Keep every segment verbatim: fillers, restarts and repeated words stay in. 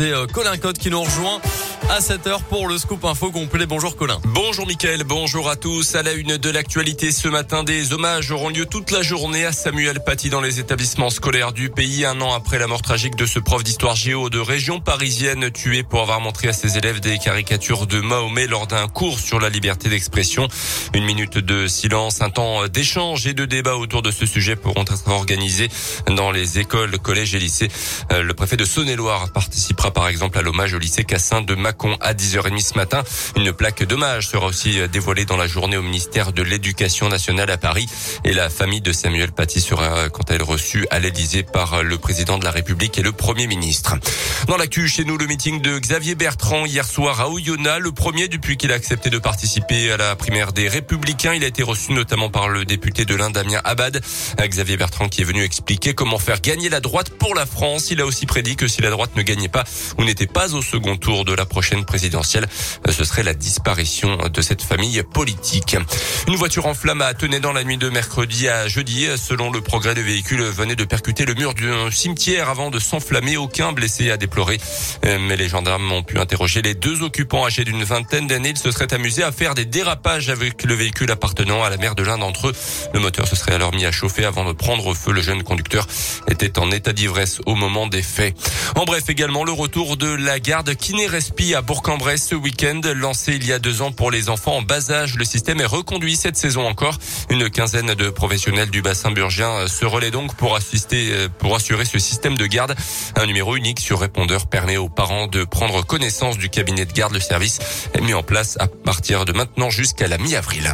c'est Colin Cotte qui nous rejoint à sept heures pour le Scoop Info complet. Bonjour Colin. Bonjour Mickaël, bonjour à tous. À la une de l'actualité ce matin, des hommages auront lieu toute la journée à Samuel Paty dans les établissements scolaires du pays. Un an après la mort tragique de ce prof d'histoire géo de région parisienne tué pour avoir montré à ses élèves des caricatures de Mahomet lors d'un cours sur la liberté d'expression. Une minute de silence, un temps d'échange et de débat autour de ce sujet pourront être organisés dans les écoles, collèges et lycées. Le préfet de Saône-et-Loire participera par exemple à l'hommage au lycée Cassin de Mâcon à dix heures trente ce matin. Une plaque d'hommage sera aussi dévoilée dans la journée au ministère de l'Éducation nationale à Paris. Et la famille de Samuel Paty sera quant à elle reçue à l'Élysée par le président de la République et le Premier ministre. Dans l'actu, chez nous, le meeting de Xavier Bertrand hier soir à Oyonnax, le premier depuis qu'il a accepté de participer à la primaire des Républicains. Il a été reçu notamment par le député de l'Inde, Damien Abad. Xavier Bertrand qui est venu expliquer comment faire gagner la droite pour la France. Il a aussi prédit que si la droite ne gagnait pas ou n'était pas au second tour de la prochaine présidentielle, ce serait la disparition de cette famille politique. Une voiture en flammes a Tenay dans la nuit de mercredi à jeudi. Selon le Progrès, le véhicule venait de percuter le mur d'un cimetière avant de s'enflammer. Aucun blessé à déplorer. Mais les gendarmes ont pu interroger les deux occupants âgés d'une vingtaine d'années. Ils se seraient amusés à faire des dérapages avec le véhicule appartenant à la mère de l'un d'entre eux. Le moteur se serait alors mis à chauffer avant de prendre feu. Le jeune conducteur était en état d'ivresse au moment des faits. En bref, également le retour de la garde Kiné-Respi à Bourg-en-Bresse ce week-end. Lancé il y a deux ans pour les enfants en bas âge, le système est reconduit cette saison encore. Une quinzaine de professionnels du bassin burgien se relaient donc pour assister, pour assurer ce système de garde. Un numéro unique sur répondeur permet aux parents de prendre connaissance du cabinet de garde. Le service est mis en place à partir de maintenant jusqu'à la mi-avril.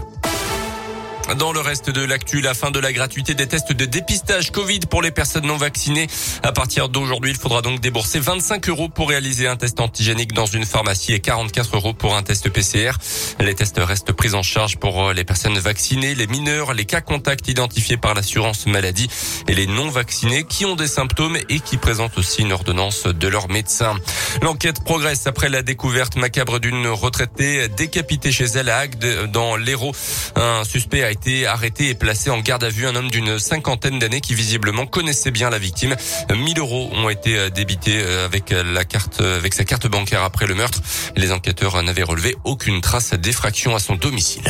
Dans le reste de l'actu, la fin de la gratuité des tests de dépistage Covid pour les personnes non vaccinées. À partir d'aujourd'hui, il faudra donc débourser vingt-cinq euros pour réaliser un test antigénique dans une pharmacie et quarante-quatre euros pour un test P C R. Les tests restent pris en charge pour les personnes vaccinées, les mineurs, les cas contacts identifiés par l'assurance maladie et les non vaccinés qui ont des symptômes et qui présentent aussi une ordonnance de leur médecin. L'enquête progresse après la découverte macabre d'une retraitée décapitée chez elle à Agde dans l'Hérault. Un suspect a été arrêté et placé en garde à vue, un homme d'une cinquantaine d'années qui visiblement connaissait bien la victime. mille euros ont été débités avec la carte, avec sa carte bancaire après le meurtre. Les enquêteurs n'avaient relevé aucune trace d'effraction à son domicile.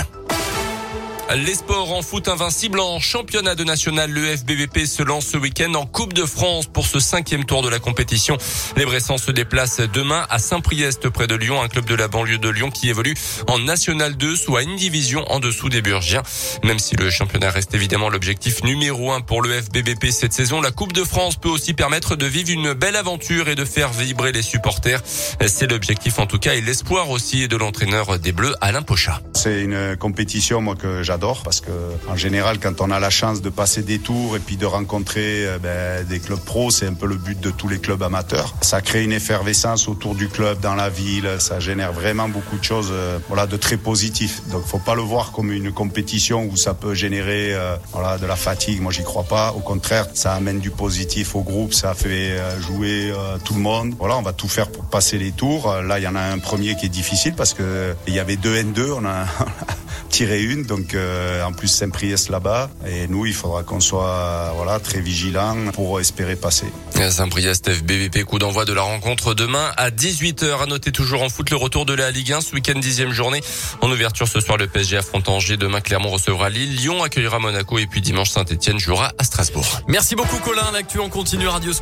Les sports en foot invincible en championnat de national. Le F B V P se lance ce week-end en Coupe de France pour ce cinquième tour de la compétition. Les Bressans se déplacent demain à Saint-Priest près de Lyon, un club de la banlieue de Lyon qui évolue en National deux, soit une division en dessous des Burgiens. Même si le championnat reste évidemment l'objectif numéro un pour le F B V P cette saison, la Coupe de France peut aussi permettre de vivre une belle aventure et de faire vibrer les supporters. C'est l'objectif en tout cas et l'espoir aussi de l'entraîneur des Bleus, Alain Pochat. C'est une compétition moi que j'adore. Parce que en général, quand on a la chance de passer des tours et puis de rencontrer ben, des clubs pros, c'est un peu le but de tous les clubs amateurs. Ça crée une effervescence autour du club, dans la ville. Ça génère vraiment beaucoup de choses, euh, voilà, de très positifs. Donc, faut pas le voir comme une compétition où ça peut générer, euh, voilà, de la fatigue. Moi, j'y crois pas. Au contraire, ça amène du positif au groupe. Ça fait euh, jouer euh, tout le monde. Voilà, on va tout faire pour passer les tours. Là, il y en a un premier qui est difficile parce que il y avait deux N deux. On a tiré une, donc euh, en plus Saint-Priest là-bas, et nous il faudra qu'on soit euh, voilà très vigilants pour espérer passer. Saint-Priest F B V P, coup d'envoi de la rencontre demain à dix-huit heures. À noter toujours en foot le retour de la Ligue un ce week-end, dixième journée. En ouverture ce soir, le P S G affronte Angers. Demain, Clermont recevra Lille, Lyon accueillera Monaco et puis dimanche Saint-Etienne jouera à Strasbourg. Merci beaucoup Colin. L'actu en continu Radio